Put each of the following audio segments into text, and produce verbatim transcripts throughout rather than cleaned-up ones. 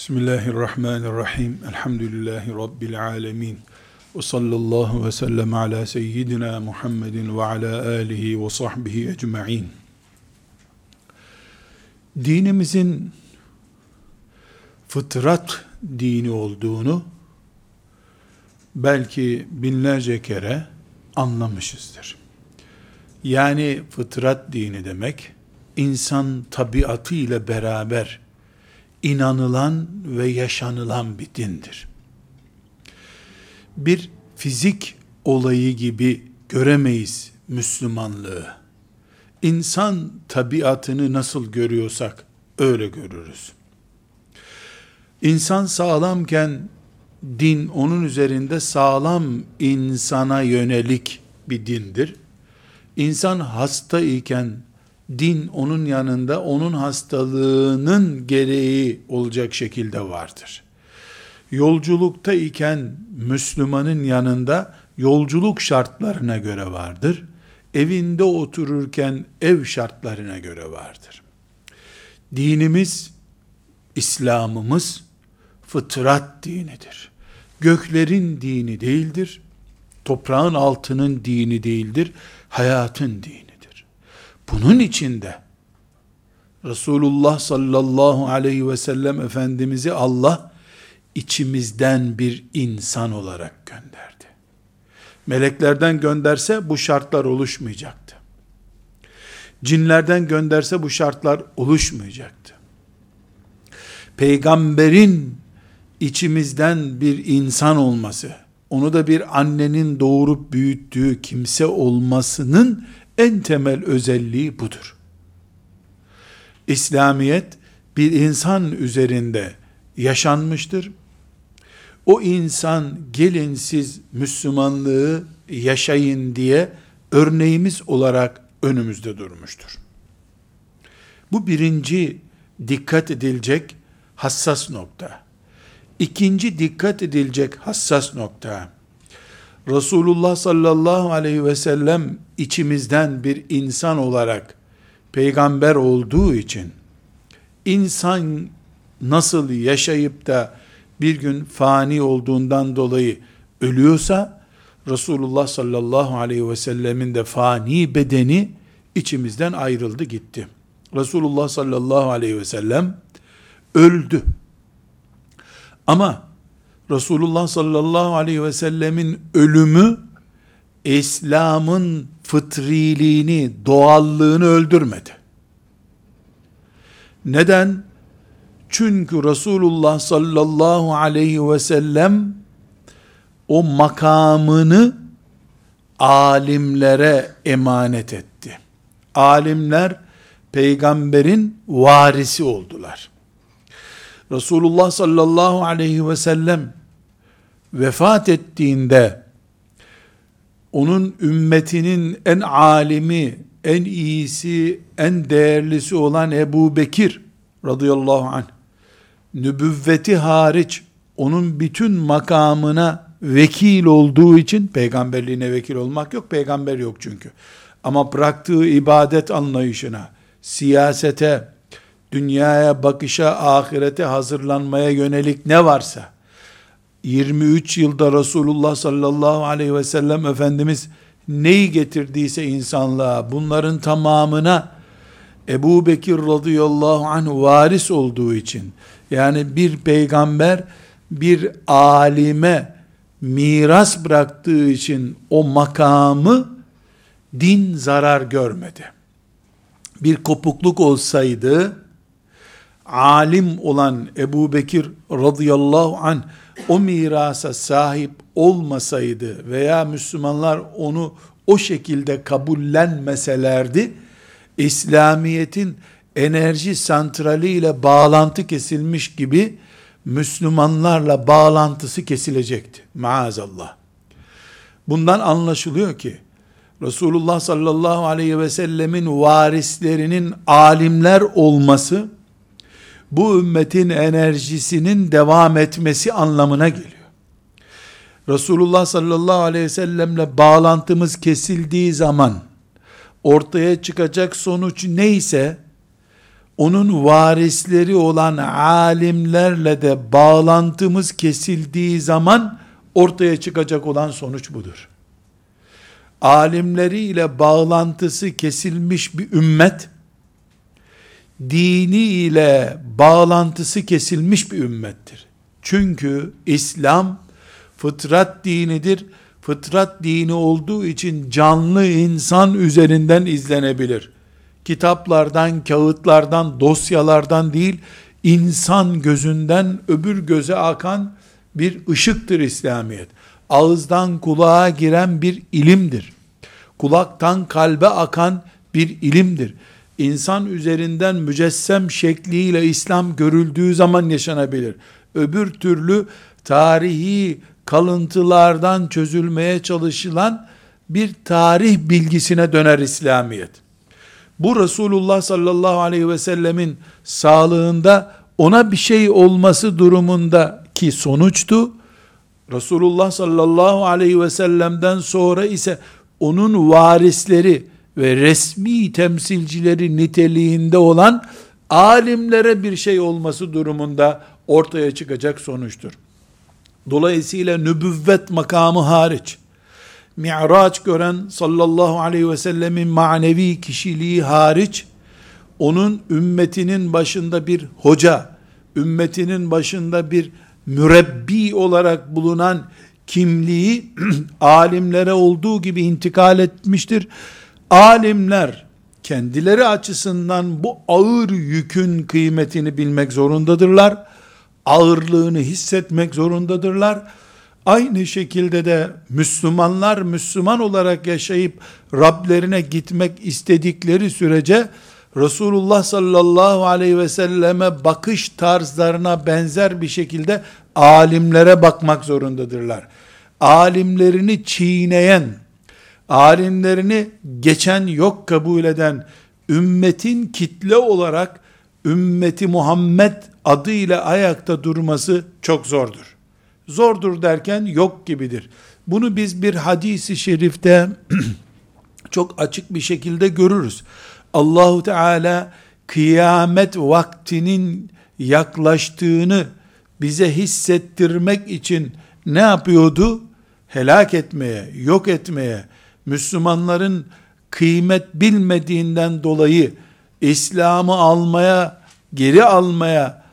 Bismillahirrahmanirrahim. Elhamdülillahi Rabbil alemin. Ve sallallahu ve sellem ala seyyidina Muhammedin ve ala alihi ve sahbihi ecma'in. Dinimizin fıtrat dini olduğunu belki binlerce kere anlamışızdır. Yani fıtrat dini demek, insan tabiatı ile beraber inanılan ve yaşanılan bir dindir. Bir fizik olayı gibi göremeyiz Müslümanlığı. İnsan tabiatını nasıl görüyorsak öyle görürüz. İnsan sağlamken din onun üzerinde sağlam insana yönelik bir dindir. İnsan hasta iken din onun yanında onun hastalığının gereği olacak şekilde vardır. Yolculukta iken Müslümanın yanında yolculuk şartlarına göre vardır. Evinde otururken ev şartlarına göre vardır. Dinimiz, İslam'ımız fıtrat dinidir. Göklerin dini değildir. Toprağın altının dini değildir. Hayatın dini. Bunun içinde Resulullah sallallahu aleyhi ve sellem Efendimiz'i Allah içimizden bir insan olarak gönderdi. Meleklerden gönderse bu şartlar oluşmayacaktı. Cinlerden gönderse bu şartlar oluşmayacaktı. Peygamberin içimizden bir insan olması, onu da bir annenin doğurup büyüttüğü kimse olmasının en temel özelliği budur. İslamiyet bir insan üzerinde yaşanmıştır. O insan gelin siz Müslümanlığı yaşayın diye örneğimiz olarak önümüzde durmuştur. Bu birinci dikkat edilecek hassas nokta. İkinci dikkat edilecek hassas nokta. Resulullah sallallahu aleyhi ve sellem içimizden bir insan olarak peygamber olduğu için insan nasıl yaşayıp da bir gün fani olduğundan dolayı ölüyorsa Resulullah sallallahu aleyhi ve sellemin de fani bedeni içimizden ayrıldı gitti. Resulullah sallallahu aleyhi ve sellem öldü. Ama Resulullah sallallahu aleyhi ve sellemin ölümü, İslam'ın fıtriliğini, doğallığını öldürmedi. Neden? Çünkü Resulullah sallallahu aleyhi ve sellem o makamını alimlere emanet etti. Alimler peygamberin varisi oldular. Resulullah sallallahu aleyhi ve sellem vefat ettiğinde onun ümmetinin en alimi, en iyisi, en değerlisi olan Ebu Bekir radıyallahu anh, nübüvveti hariç onun bütün makamına vekil olduğu için, peygamberliğine vekil olmak yok, peygamber yok çünkü. Ama bıraktığı ibadet anlayışına, siyasete, dünyaya bakışa, ahirete hazırlanmaya yönelik ne varsa, yirmi üç yılda Resulullah sallallahu aleyhi ve sellem Efendimiz neyi getirdiyse insanlığa, bunların tamamına Ebu Bekir radıyallahu anh varis olduğu için, yani bir peygamber bir alime miras bıraktığı için o makamı din zarar görmedi. Bir kopukluk olsaydı, alim olan Ebu Bekir radıyallahu anh o mirasa sahip olmasaydı veya Müslümanlar onu o şekilde kabullenmeselerdi, İslamiyet'in enerji santrali ile bağlantı kesilmiş gibi Müslümanlarla bağlantısı kesilecekti. Maazallah. Bundan anlaşılıyor ki Resulullah sallallahu aleyhi ve sellemin varislerinin alimler olması bu ümmetin enerjisinin devam etmesi anlamına geliyor. Resulullah sallallahu aleyhi ve sellemle bağlantımız kesildiği zaman ortaya çıkacak sonuç neyse onun varisleri olan alimlerle de bağlantımız kesildiği zaman ortaya çıkacak olan sonuç budur. Alimleriyle bağlantısı kesilmiş bir ümmet, dini ile bağlantısı kesilmiş bir ümmettir. Çünkü İslam fıtrat dinidir. Fıtrat dini olduğu için canlı insan üzerinden izlenebilir. Kitaplardan, kağıtlardan, dosyalardan değil, insan gözünden öbür göze akan bir ışıktır İslamiyet. Ağızdan kulağa giren bir ilimdir. Kulaktan kalbe akan bir ilimdir. İnsan üzerinden mücessem şekliyle İslam görüldüğü zaman yaşanabilir. Öbür türlü tarihi kalıntılardan çözülmeye çalışılan bir tarih bilgisine döner İslamiyet. Bu Resulullah sallallahu aleyhi ve sellemin sağlığında ona bir şey olması durumundaki sonuçtu. Resulullah sallallahu aleyhi ve sellem'den sonra ise onun varisleri ve resmi temsilcileri niteliğinde olan alimlere bir şey olması durumunda ortaya çıkacak sonuçtur. Dolayısıyla nübüvvet makamı hariç, mi'raç gören sallallahu aleyhi ve sellemin manevi kişiliği hariç, onun ümmetinin başında bir hoca, ümmetinin başında bir mürebbi olarak bulunan kimliği alimlere olduğu gibi intikal etmiştir. Alimler kendileri açısından bu ağır yükün kıymetini bilmek zorundadırlar. Ağırlığını hissetmek zorundadırlar. Aynı şekilde de Müslümanlar Müslüman olarak yaşayıp Rablerine gitmek istedikleri sürece Resulullah sallallahu aleyhi ve selleme bakış tarzlarına benzer bir şekilde alimlere bakmak zorundadırlar. Alimlerini çiğneyen, alimlerini geçen yok kabul eden ümmetin kitle olarak ümmeti Muhammed adıyla ayakta durması çok zordur. Zordur derken yok gibidir. Bunu biz bir hadisi şerifte çok açık bir şekilde görürüz. Allahu Teala kıyamet vaktinin yaklaştığını bize hissettirmek için ne yapıyordu? Helak etmeye, yok etmeye, Müslümanların kıymet bilmediğinden dolayı İslam'ı almaya, geri almaya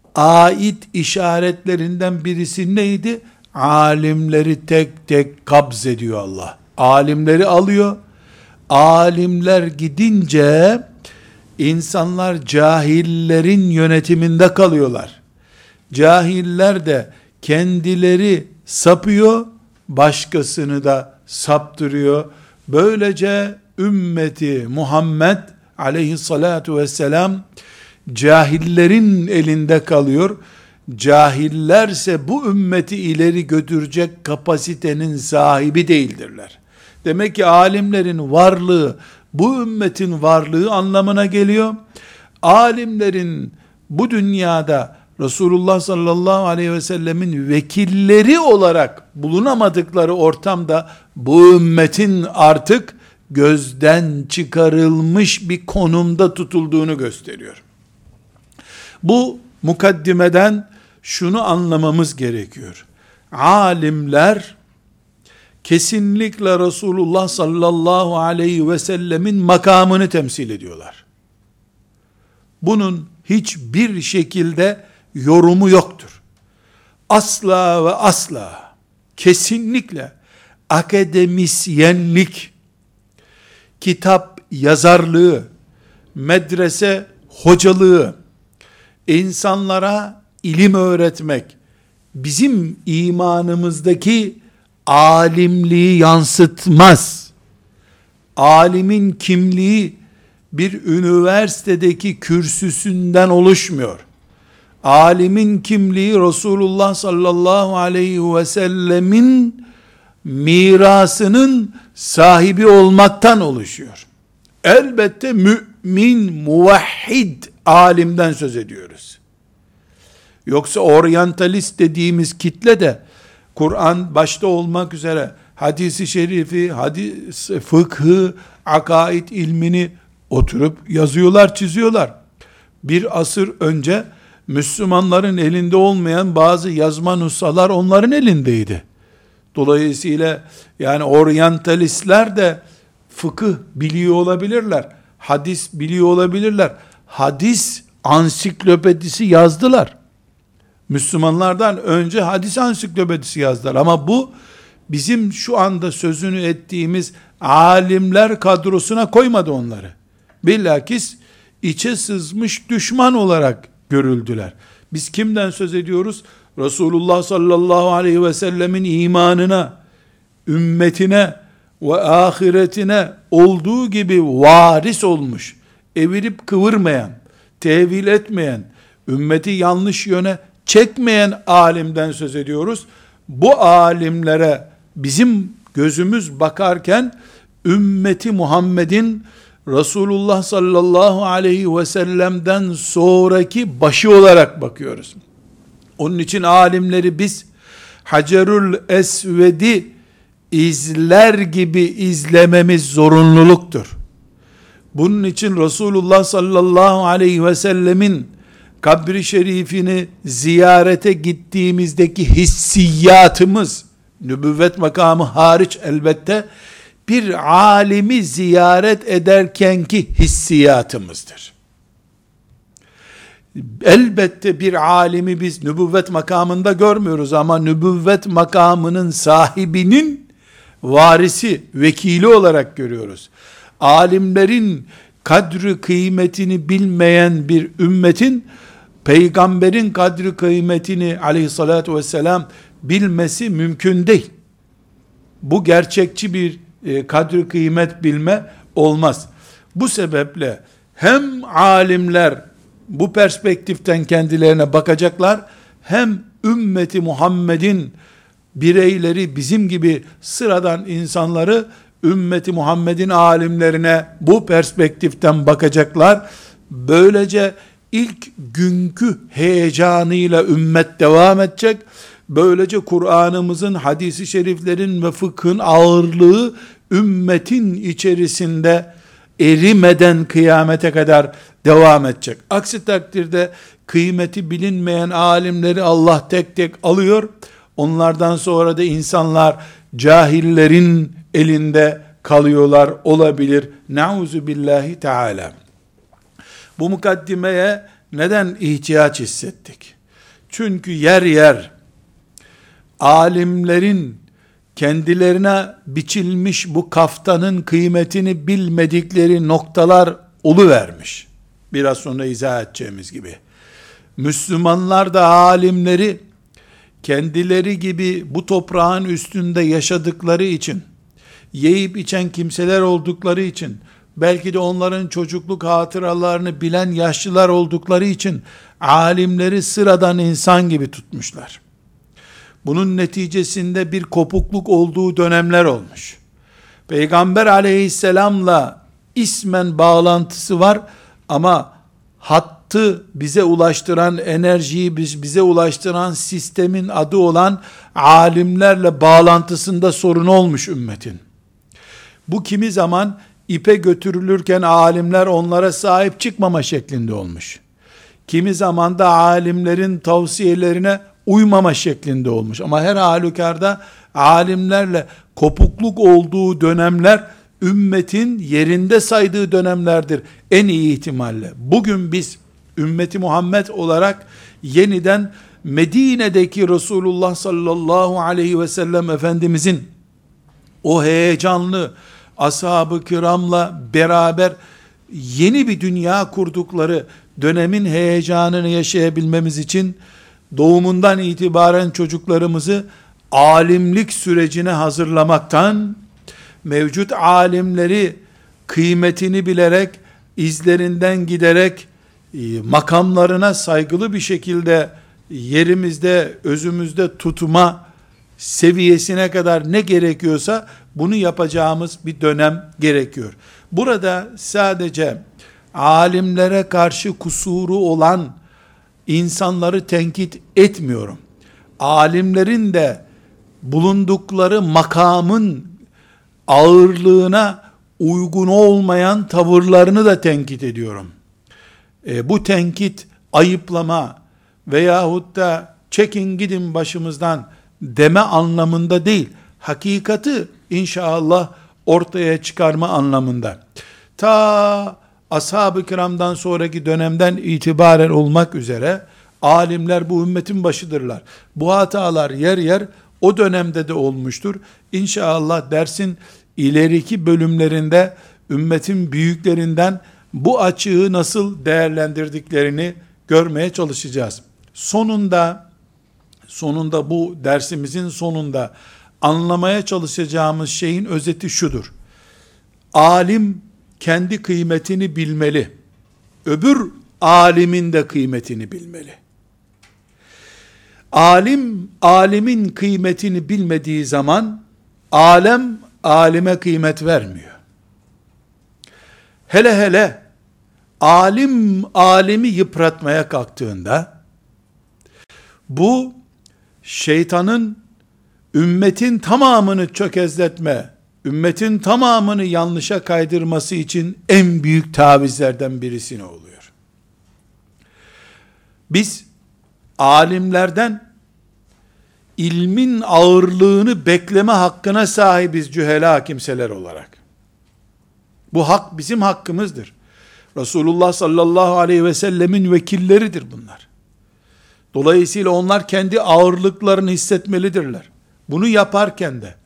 ait işaretlerinden birisi neydi? Alimleri tek tek kabz ediyor Allah. Alimleri alıyor. Alimler gidince insanlar cahillerin yönetiminde kalıyorlar. Cahiller de kendileri sapıyor, başkasını da saptırıyor. Böylece ümmeti Muhammed aleyhissalatu vesselam cahillerin elinde kalıyor. Cahillerse bu ümmeti ileri götürecek kapasitenin sahibi değildirler. Demek ki alimlerin varlığı bu ümmetin varlığı anlamına geliyor. Alimlerin bu dünyada Resulullah sallallahu aleyhi ve sellemin vekilleri olarak bulunamadıkları ortamda bu ümmetin artık gözden çıkarılmış bir konumda tutulduğunu gösteriyor. Bu mukaddimeden şunu anlamamız gerekiyor. Alimler kesinlikle Resulullah sallallahu aleyhi ve sellemin makamını temsil ediyorlar. Bunun hiçbir şekilde yorumu yoktur. Asla ve asla, kesinlikle akademisyenlik, kitap yazarlığı, medrese hocalığı, insanlara ilim öğretmek, bizim imanımızdaki alimliği yansıtmaz. Alimin kimliği bir üniversitedeki kürsüsünden oluşmuyor. Alimin kimliği Resulullah sallallahu aleyhi ve sellemin mirasının sahibi olmaktan oluşuyor. Elbette mümin, muvahhid alimden söz ediyoruz. Yoksa oryantalist dediğimiz kitle de Kur'an başta olmak üzere hadisi şerifi, hadis, fıkhı, akaid ilmini oturup yazıyorlar, çiziyorlar. Bir asır önce Müslümanların elinde olmayan bazı yazma nushalar onların elindeydi. Dolayısıyla yani oryantalistler de fıkıh biliyor olabilirler. Hadis biliyor olabilirler. Hadis ansiklopedisi yazdılar. Müslümanlardan önce hadis ansiklopedisi yazdılar. Ama bu bizim şu anda sözünü ettiğimiz alimler kadrosuna koymadı onları. Bilakis içe sızmış düşman olarak görüldüler. Biz kimden söz ediyoruz? Resulullah sallallahu aleyhi ve sellemin imanına, ümmetine ve ahiretine olduğu gibi varis olmuş, evirip kıvırmayan, tevil etmeyen, ümmeti yanlış yöne çekmeyen alimden söz ediyoruz. Bu alimlere bizim gözümüz bakarken ümmeti Muhammed'in Resulullah sallallahu aleyhi ve sellem'den sonraki başı olarak bakıyoruz. Onun için alimleri biz Hacerül Esved'i izler gibi izlememiz zorunluluktur. Bunun için Resulullah sallallahu aleyhi ve sellemin kabri şerifini ziyarete gittiğimizdeki hissiyatımız, nübüvvet makamı hariç elbette, bir alimi ziyaret ederkenki hissiyatımızdır. Elbette bir alimi biz nübüvvet makamında görmüyoruz ama nübüvvet makamının sahibinin varisi, vekili olarak görüyoruz. Alimlerin kadri kıymetini bilmeyen bir ümmetin peygamberin kadri kıymetini aleyhissalatü vesselam bilmesi mümkün değil. Bu gerçekçi bir e, kadri kıymet bilme olmaz. Bu sebeple hem alimler bu perspektiften kendilerine bakacaklar, hem ümmeti Muhammed'in bireyleri, bizim gibi sıradan insanları ümmeti Muhammed'in alimlerine bu perspektiften bakacaklar. Böylece ilk günkü heyecanıyla ümmet devam edecek. Böylece Kur'an'ımızın, hadisi şeriflerin ve fıkhın ağırlığı ümmetin içerisinde erimeden kıyamete kadar devam edecek. Aksi takdirde kıymeti bilinmeyen alimleri Allah tek tek alıyor. Onlardan sonra da insanlar cahillerin elinde kalıyorlar olabilir. Nauzu billahi teala. Bu mukaddimeye neden ihtiyaç hissettik? Çünkü yer yer alimlerin kendilerine biçilmiş bu kaftanın kıymetini bilmedikleri noktalar oluvermiş. Biraz sonra izah edeceğimiz gibi. Müslümanlar da alimleri kendileri gibi bu toprağın üstünde yaşadıkları için, yiyip içen kimseler oldukları için, belki de onların çocukluk hatıralarını bilen yaşlılar oldukları için alimleri sıradan insan gibi tutmuşlar. Bunun neticesinde bir kopukluk olduğu dönemler olmuş. Peygamber aleyhisselamla ismen bağlantısı var ama hattı bize ulaştıran, enerjiyi bize ulaştıran sistemin adı olan alimlerle bağlantısında sorun olmuş ümmetin. Bu kimi zaman ipe götürülürken alimler onlara sahip çıkmama şeklinde olmuş. Kimi zaman da alimlerin tavsiyelerine uymama şeklinde olmuş. Ama her halükarda alimlerle kopukluk olduğu dönemler ümmetin yerinde saydığı dönemlerdir en iyi ihtimalle. Bugün biz ümmeti Muhammed olarak yeniden Medine'deki Resulullah sallallahu aleyhi ve sellem Efendimizin o heyecanlı ashab-ı kiramla beraber yeni bir dünya kurdukları dönemin heyecanını yaşayabilmemiz için doğumundan itibaren çocuklarımızı alimlik sürecine hazırlamaktan, mevcut alimleri kıymetini bilerek, izlerinden giderek, makamlarına saygılı bir şekilde yerimizde, özümüzde tutma seviyesine kadar ne gerekiyorsa bunu yapacağımız bir dönem gerekiyor. Burada sadece alimlere karşı kusuru olan insanları tenkit etmiyorum. Alimlerin de bulundukları makamın ağırlığına uygun olmayan tavırlarını da tenkit ediyorum. E, bu tenkit, ayıplama veyahut da çekin gidin başımızdan deme anlamında değil, hakikati inşallah ortaya çıkarma anlamında. Ta ashab-ı kiramdan sonraki dönemden itibaren olmak üzere alimler bu ümmetin başıdırlar. Bu hatalar yer yer o dönemde de olmuştur. İnşallah dersin ileriki bölümlerinde ümmetin büyüklerinden bu açığı nasıl değerlendirdiklerini görmeye çalışacağız. Sonunda sonunda bu dersimizin sonunda anlamaya çalışacağımız şeyin özeti şudur: alim kendi kıymetini bilmeli. Öbür alimin de kıymetini bilmeli. Alim, alimin kıymetini bilmediği zaman, alem, alime kıymet vermiyor. Hele hele, alim, alimi yıpratmaya kalktığında, bu, şeytanın, ümmetin tamamını çökezletme, ümmetin tamamını yanlışa kaydırması için en büyük tavizlerden birisine oluyor. Biz, alimlerden, ilmin ağırlığını bekleme hakkına sahibiz cühela kimseler olarak. Bu hak bizim hakkımızdır. Resulullah sallallahu aleyhi ve sellemin vekilleridir bunlar. Dolayısıyla onlar kendi ağırlıklarını hissetmelidirler. Bunu yaparken de,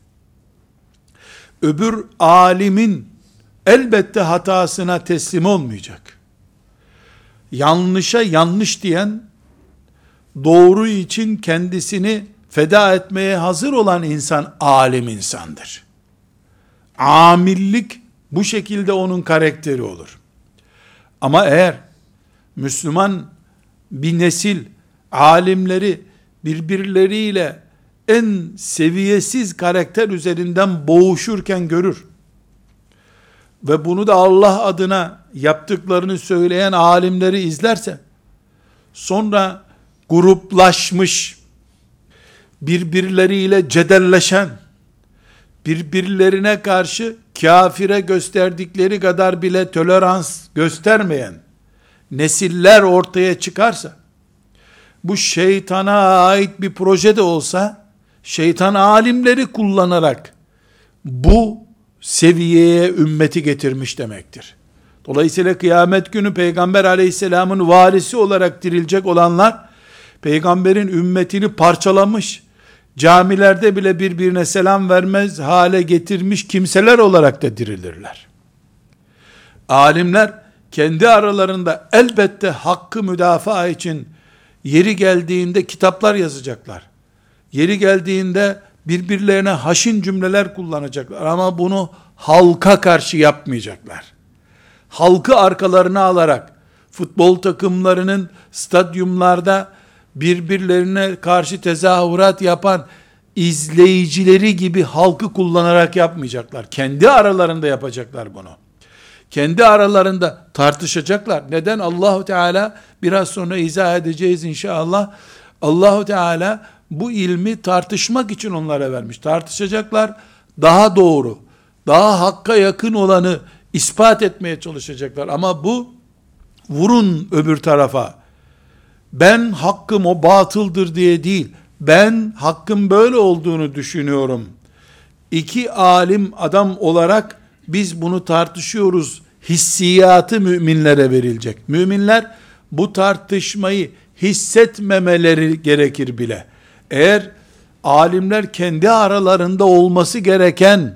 öbür alimin elbette hatasına teslim olmayacak. Yanlışa yanlış diyen, doğru için kendisini feda etmeye hazır olan insan alim insandır. Amillik bu şekilde onun karakteri olur. Ama eğer Müslüman bir nesil alimleri birbirleriyle en seviyesiz karakter üzerinden boğuşurken görür ve bunu da Allah adına yaptıklarını söyleyen alimleri izlerse, sonra gruplaşmış, birbirleriyle cedelleşen, birbirlerine karşı kafire gösterdikleri kadar bile tolerans göstermeyen nesiller ortaya çıkarsa, bu şeytana ait bir proje de olsa, şeytan alimleri kullanarak bu seviyeye ümmeti getirmiş demektir. Dolayısıyla kıyamet günü Peygamber aleyhisselamın varisi olarak dirilecek olanlar, Peygamberin ümmetini parçalamış, camilerde bile birbirine selam vermez hale getirmiş kimseler olarak da dirilirler. Alimler kendi aralarında elbette hakkı müdafaa için yeri geldiğinde kitaplar yazacaklar. Yeri geldiğinde birbirlerine haşin cümleler kullanacaklar. Ama bunu halka karşı yapmayacaklar. Halkı arkalarına alarak, futbol takımlarının stadyumlarda birbirlerine karşı tezahürat yapan izleyicileri gibi halkı kullanarak yapmayacaklar. Kendi aralarında yapacaklar bunu. Kendi aralarında tartışacaklar. Neden? Allahu Teala, biraz sonra izah edeceğiz inşallah, Allahu Teala bu ilmi tartışmak için onlara vermiş. Tartışacaklar, daha doğru, daha hakka yakın olanı ispat etmeye çalışacaklar. Ama bu, vurun öbür tarafa, ben hakkım o batıldır diye değil, ben hakkın böyle olduğunu düşünüyorum. İki alim adam olarak biz bunu tartışıyoruz hissiyatı müminlere verilecek. Müminler bu tartışmayı hissetmemeleri gerekir bile. Eğer alimler kendi aralarında olması gereken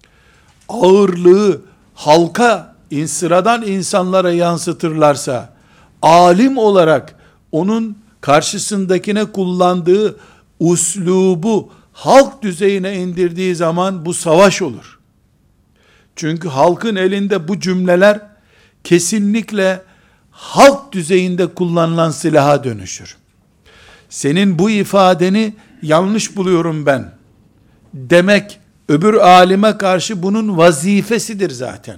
ağırlığı halka, sıradan insanlara yansıtırlarsa, alim olarak onun karşısındakine kullandığı uslubu halk düzeyine indirdiği zaman bu savaş olur. Çünkü halkın elinde bu cümleler kesinlikle halk düzeyinde kullanılan silaha dönüşür. Senin bu ifadeni yanlış buluyorum ben demek öbür alime karşı bunun vazifesidir zaten.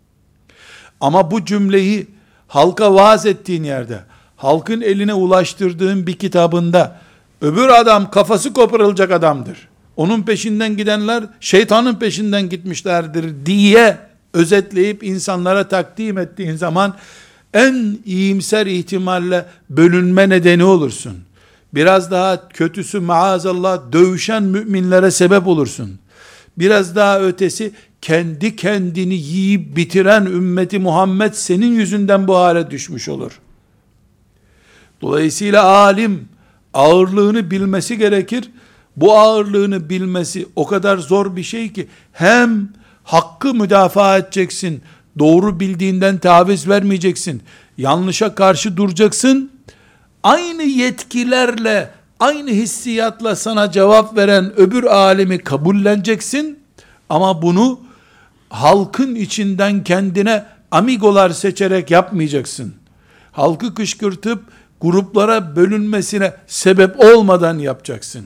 Ama bu cümleyi halka vaaz ettiğin yerde, halkın eline ulaştırdığın bir kitabında, öbür adam kafası koparılacak adamdır, onun peşinden gidenler şeytanın peşinden gitmişlerdir diye özetleyip insanlara takdim ettiğin zaman, En iyimser ihtimalle bölünme nedeni olursun. Biraz daha kötüsü maazallah dövüşen müminlere sebep olursun. Biraz daha ötesi kendi kendini yiyip bitiren ümmeti Muhammed senin yüzünden bu hale düşmüş olur. Dolayısıyla alim ağırlığını bilmesi gerekir. Bu ağırlığını bilmesi o kadar zor bir şey ki hem hakkı müdafaa edeceksin, doğru bildiğinden taviz vermeyeceksin, yanlışa karşı duracaksın, aynı yetkilerle, aynı hissiyatla sana cevap veren öbür alimi kabulleneceksin, ama bunu halkın içinden kendine amigolar seçerek yapmayacaksın. Halkı kışkırtıp gruplara bölünmesine sebep olmadan yapacaksın.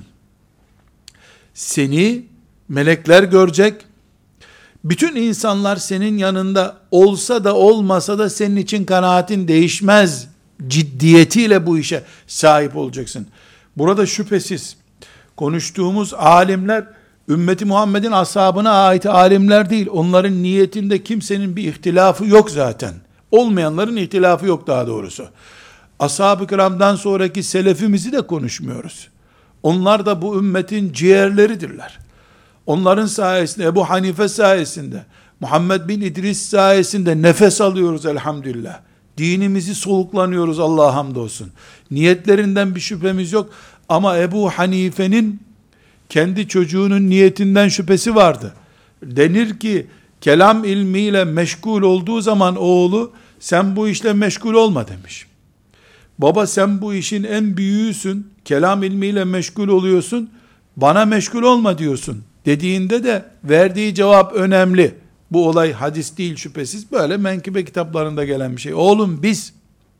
Seni melekler görecek, bütün insanlar senin yanında olsa da olmasa da senin için kanaatin değişmez ciddiyetiyle bu işe sahip olacaksın. Burada şüphesiz konuştuğumuz alimler ümmeti Muhammed'in ashabına ait alimler değil. Onların niyetinde kimsenin bir ihtilafı yok zaten. Olmayanların ihtilafı yok daha doğrusu. Ashab-ı kiramdan sonraki selefimizi de konuşmuyoruz. Onlar da bu ümmetin ciğerleridirler. Onların sayesinde, Ebu Hanife sayesinde, Muhammed bin İdris sayesinde nefes alıyoruz elhamdülillah. Dinimizi soluklanıyoruz Allah'a hamdolsun. Niyetlerinden bir şüphemiz yok. Ama Ebu Hanife'nin kendi çocuğunun niyetinden şüphesi vardı. Denir ki, kelam ilmiyle meşgul olduğu zaman oğlu, sen bu işle meşgul olma demiş. Baba sen bu işin en büyüğüsün, kelam ilmiyle meşgul oluyorsun, bana meşgul olma diyorsun dediğinde de verdiği cevap önemli. Bu olay hadis değil şüphesiz, böyle menkıbe kitaplarında gelen bir şey. Oğlum biz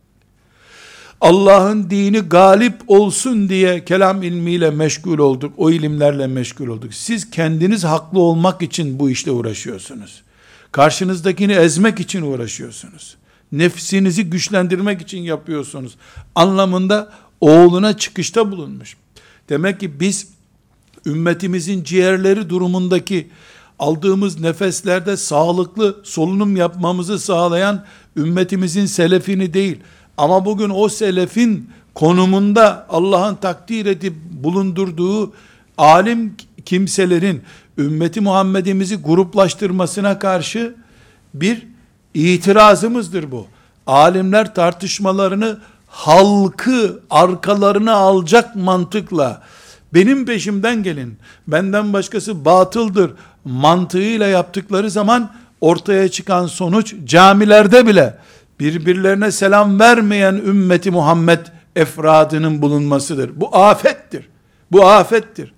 Allah'ın dini galip olsun diye kelam ilmiyle meşgul olduk, o ilimlerle meşgul olduk. Siz kendiniz haklı olmak için bu işle uğraşıyorsunuz. Karşınızdakini ezmek için uğraşıyorsunuz. Nefsinizi güçlendirmek için yapıyorsunuz anlamında oğluna çıkışta bulunmuş. Demek ki biz ümmetimizin ciğerleri durumundaki aldığımız nefeslerde sağlıklı solunum yapmamızı sağlayan ümmetimizin selefini değil, ama bugün o selefin konumunda Allah'ın takdir edip bulundurduğu alim kimselerin ümmeti Muhammed'imizi gruplaştırmasına karşı bir itirazımızdır bu. Alimler tartışmalarını halkı arkalarına alacak mantıkla, benim peşimden gelin, benden başkası batıldır mantığıyla yaptıkları zaman ortaya çıkan sonuç camilerde bile birbirlerine selam vermeyen ümmeti Muhammed efradının bulunmasıdır. Bu afettir. Bu afettir.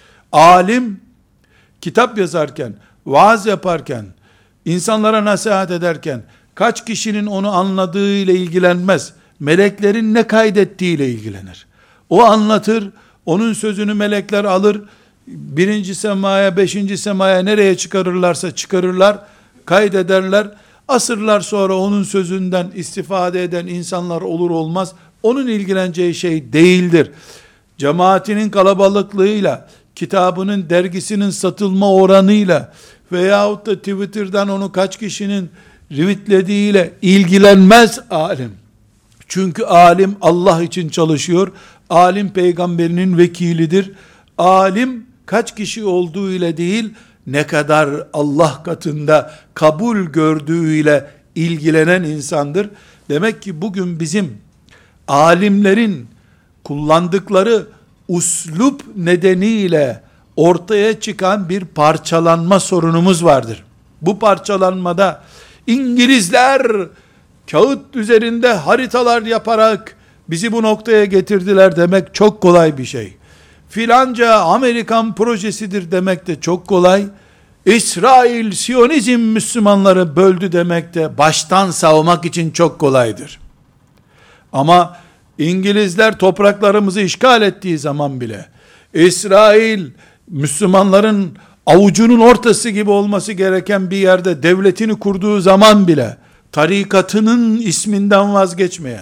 Alim kitap yazarken, vaaz yaparken, insanlara nasihat ederken kaç kişinin onu anladığı ile ilgilenmez. Meleklerin ne kaydettiği ile ilgilenir. O anlatır, onun sözünü melekler alır, birinci semaya, beşinci semaya nereye çıkarırlarsa çıkarırlar, kaydederler. Asırlar sonra onun sözünden istifade eden insanlar olur olmaz, onun ilgileneceği şey değildir. Cemaatinin kalabalıklığıyla, kitabının, dergisinin satılma oranıyla veyahut da Twitter'dan onu kaç kişinin retweetlediğiyle ilgilenmez alim. Çünkü alim Allah için çalışıyor. Alim peygamberinin vekilidir. Alim kaç kişi olduğu ile değil, ne kadar Allah katında kabul gördüğüyle ilgilenen insandır. Demek ki bugün bizim alimlerin kullandıkları uslup nedeniyle ortaya çıkan bir parçalanma sorunumuz vardır. Bu parçalanmada İngilizler kağıt üzerinde haritalar yaparak bizi bu noktaya getirdiler demek çok kolay bir şey. Filanca Amerikan projesidir demek de çok kolay. İsrail Siyonizm Müslümanları böldü demek de baştan savmak için çok kolaydır. Ama İngilizler topraklarımızı işgal ettiği zaman bile, İsrail Müslümanların avucunun ortası gibi olması gereken bir yerde devletini kurduğu zaman bile, tarikatının isminden vazgeçmeyen,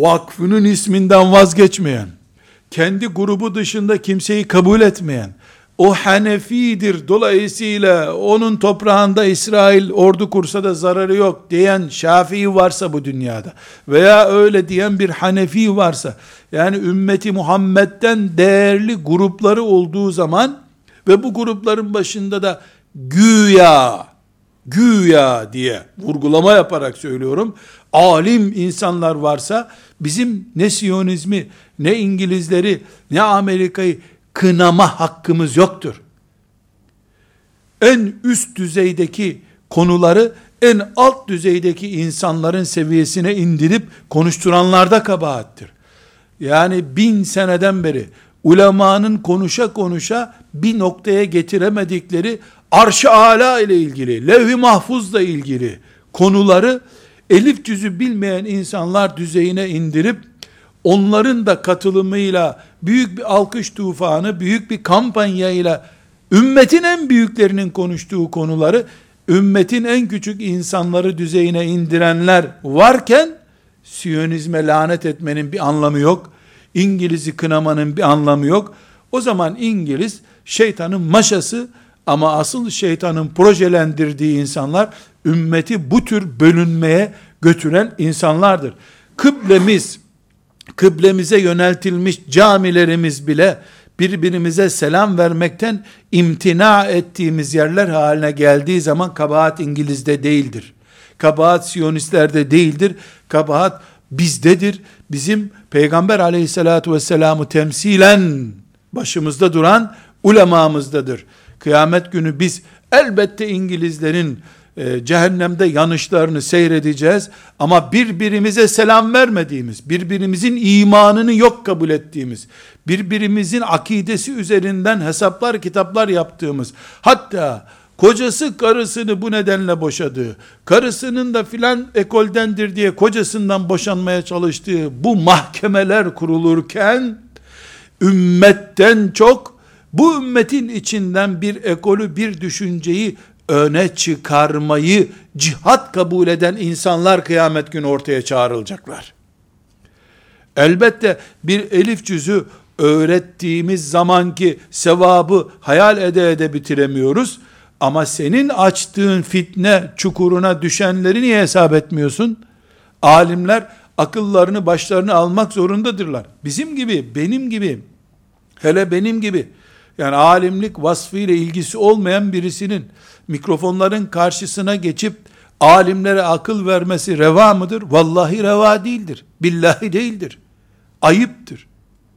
vakfının isminden vazgeçmeyen, kendi grubu dışında kimseyi kabul etmeyen, O Hanefidir, dolayısıyla onun toprağında İsrail ordu kursa da zararı yok diyen Şafii varsa bu dünyada, veya öyle diyen bir Hanefi varsa, yani ümmeti Muhammed'den değerli grupları olduğu zaman ve bu grupların başında da güya, güya diye vurgulama yaparak söylüyorum, alim insanlar varsa, bizim ne Siyonizmi, ne İngilizleri, ne Amerika'yı kınama hakkımız yoktur. En üst düzeydeki konuları en alt düzeydeki insanların seviyesine indirip konuşturanlarda kabahattir. Yani bin seneden beri ulemanın konuşa konuşa bir noktaya getiremedikleri arş-ı âlâ ile ilgili, levh-i mahfuzla ilgili konuları elif cüzü bilmeyen insanlar düzeyine indirip onların da katılımıyla büyük bir alkış tufanı, büyük bir kampanyayla ümmetin en büyüklerinin konuştuğu konuları ümmetin en küçük insanları düzeyine indirenler varken Siyonizme lanet etmenin bir anlamı yok. İngiliz'i kınamanın bir anlamı yok. O zaman İngiliz şeytanın maşası, ama asıl şeytanın projelendirdiği insanlar ümmeti bu tür bölünmeye götüren insanlardır. Kıblemiz, kıblemize yöneltilmiş camilerimiz bile birbirimize selam vermekten imtina ettiğimiz yerler haline geldiği zaman kabahat İngiliz'de değildir. Kabahat Siyonistlerde değildir. Kabahat bizdedir. Bizim Peygamber aleyhissalatu vesselam'ı temsilen başımızda duran ulemamızdadır. Kıyamet günü biz elbette İngilizlerin e, cehennemde yanışlarını seyredeceğiz, ama birbirimize selam vermediğimiz, birbirimizin imanını yok kabul ettiğimiz, birbirimizin akidesi üzerinden hesaplar kitaplar yaptığımız, hatta kocası karısını bu nedenle boşadığı, karısının da filan ekoldendir diye kocasından boşanmaya çalıştığı bu mahkemeler kurulurken, ümmetten çok bu ümmetin içinden bir ekolü, bir düşünceyi öne çıkarmayı cihat kabul eden insanlar kıyamet günü ortaya çağrılacaklar. Elbette bir elif cüzü öğrettiğimiz zamanki sevabı hayal ede ede bitiremiyoruz. Ama senin açtığın fitne çukuruna düşenleri niye hesap etmiyorsun? Alimler akıllarını başlarını almak zorundadırlar. Bizim gibi, benim gibi, hele benim gibi, yani alimlik vasfıyla ilgisi olmayan birisinin mikrofonların karşısına geçip alimlere akıl vermesi reva mıdır? Vallahi reva değildir. Billahi değildir. Ayıptır.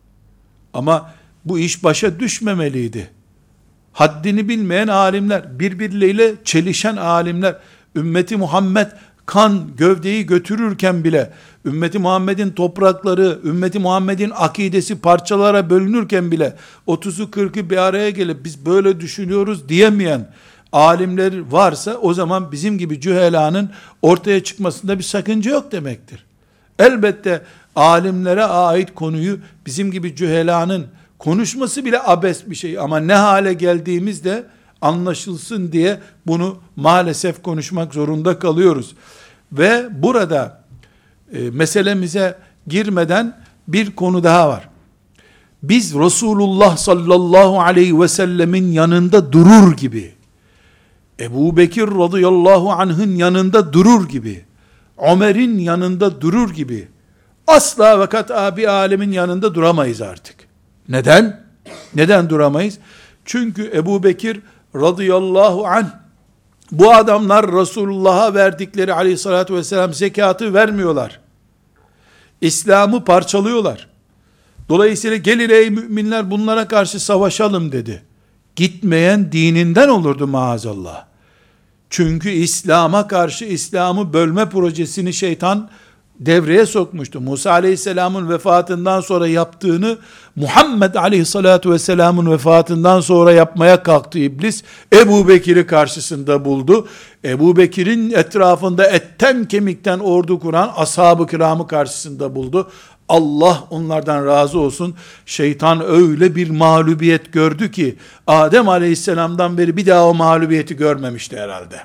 Ama bu iş başa düşmemeliydi. Haddini bilmeyen alimler, birbirleriyle çelişen alimler, ümmeti Muhammed kan gövdeyi götürürken bile, ümmeti Muhammed'in toprakları, ümmeti Muhammed'in akidesi parçalara bölünürken bile, otuzu kırkı bir araya gelip biz böyle düşünüyoruz diyemeyen alimler varsa, o zaman bizim gibi cühelanın ortaya çıkmasında bir sakınca yok demektir. Elbette alimlere ait konuyu bizim gibi cühelanın konuşması bile abes bir şey, ama ne hale geldiğimizde anlaşılsın diye bunu maalesef konuşmak zorunda kalıyoruz. Ve burada e, meselemize girmeden bir konu daha var. Biz Resulullah sallallahu aleyhi ve sellemin yanında durur gibi, Ebu Bekir radıyallahu anh'ın yanında durur gibi, Ömer'in yanında durur gibi, asla ve kat'a bir alemin yanında duramayız artık. Neden? Neden duramayız? Çünkü Ebu Bekir radıyallahu anh, bu adamlar Resulullah'a verdikleri aleyhissalatü vesselam zekatı vermiyorlar. İslam'ı parçalıyorlar. Dolayısıyla gelin ey müminler bunlara karşı savaşalım dedi. Gitmeyen dininden olurdu maazallah. Çünkü İslam'a karşı İslam'ı bölme projesini şeytan devreye sokmuştu. Musa aleyhisselamın vefatından sonra yaptığını Muhammed aleyhissalatu vesselamın vefatından sonra yapmaya kalktı iblis. Ebu Bekir'i karşısında buldu. Ebu Bekir'in etrafında etten kemikten ordu kuran ashab-ı kiramı karşısında buldu. Allah onlardan razı olsun. Şeytan öyle bir mağlubiyet gördü ki Adem aleyhisselamdan beri bir daha o mağlubiyeti görmemişti herhalde.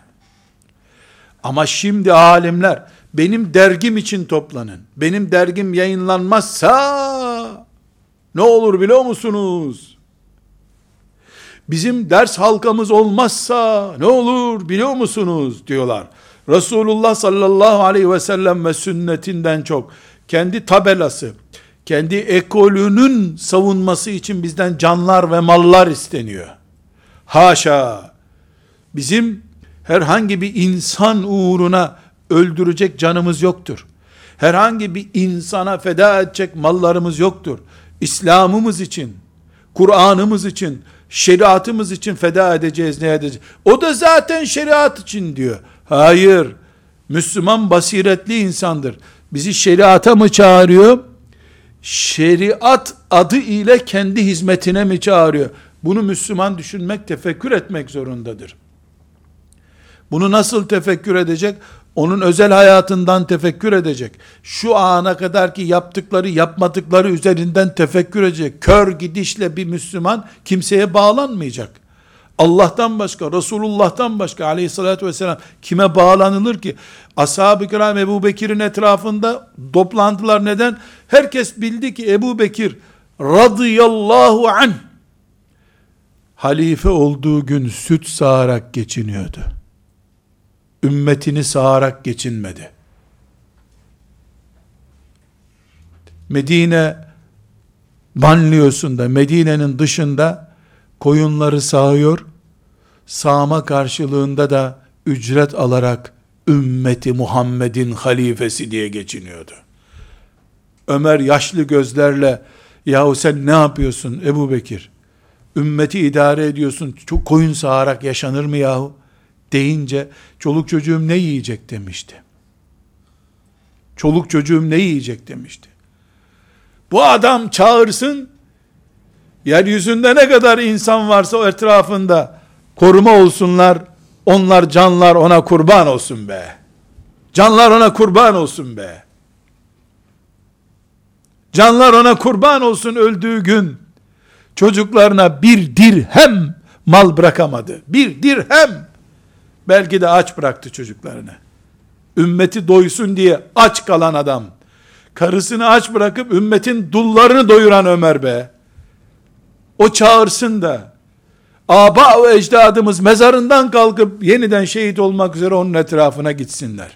Ama şimdi alimler benim dergim için toplanın, benim dergim yayınlanmazsa ne olur biliyor musunuz? Bizim ders halkamız olmazsa ne olur biliyor musunuz diyorlar. Resulullah sallallahu aleyhi ve sellem ve sünnetinden çok kendi tabelası, kendi ekolünün savunması için bizden canlar ve mallar isteniyor. Haşa! Bizim herhangi bir insan uğruna öldürecek canımız yoktur. Herhangi bir insana feda edecek mallarımız yoktur. İslam'ımız için, Kur'an'ımız için, şeriatımız için feda edeceğiz, ne edeceğiz? O da zaten şeriat için diyor. Hayır, Müslüman basiretli insandır. Bizi şeriata mı çağırıyor? Şeriat adı ile kendi hizmetine mi çağırıyor? Bunu Müslüman düşünmek, tefekkür etmek zorundadır. Bunu nasıl tefekkür edecek? Onun özel hayatından tefekkür edecek. Şu ana kadar ki yaptıkları, yapmadıkları üzerinden tefekkür edecek. Kör gidişle bir Müslüman kimseye bağlanmayacak. Allah'tan başka, Resulullah'tan başka aleyhissalatü vesselam kime bağlanılır ki? Ashab-ı kiram Ebu Bekir'in etrafında toplantılar. Neden? Herkes bildi ki Ebu Bekir radıyallahu anh halife olduğu gün süt sağarak geçiniyordu. Ümmetini sağarak geçinmedi. Medine banliyosunda, Medine'nin dışında koyunları sağıyor, sağma karşılığında da ücret alarak ümmeti Muhammed'in halifesi diye geçiniyordu. Ömer yaşlı gözlerle, yahu sen ne yapıyorsun Ebu Bekir? Ümmeti idare ediyorsun, çok koyun sağarak yaşanır mı yahu? Deyince, çoluk çocuğum ne yiyecek demişti. Çoluk çocuğum ne yiyecek demişti. Bu adam çağırsın, yeryüzünde ne kadar insan varsa o etrafında koruma olsunlar, onlar canlar ona kurban olsun be. Canlar ona kurban olsun be. Canlar ona kurban olsun öldüğü gün. Çocuklarına bir dirhem mal bırakamadı. Bir dirhem. Belki de aç bıraktı çocuklarını. Ümmeti doysun diye aç kalan adam. Karısını aç bırakıp ümmetin dullarını doyuran Ömer be. O çağırsın da aba ve ecdadımız mezarından kalkıp yeniden şehit olmak üzere onun etrafına gitsinler.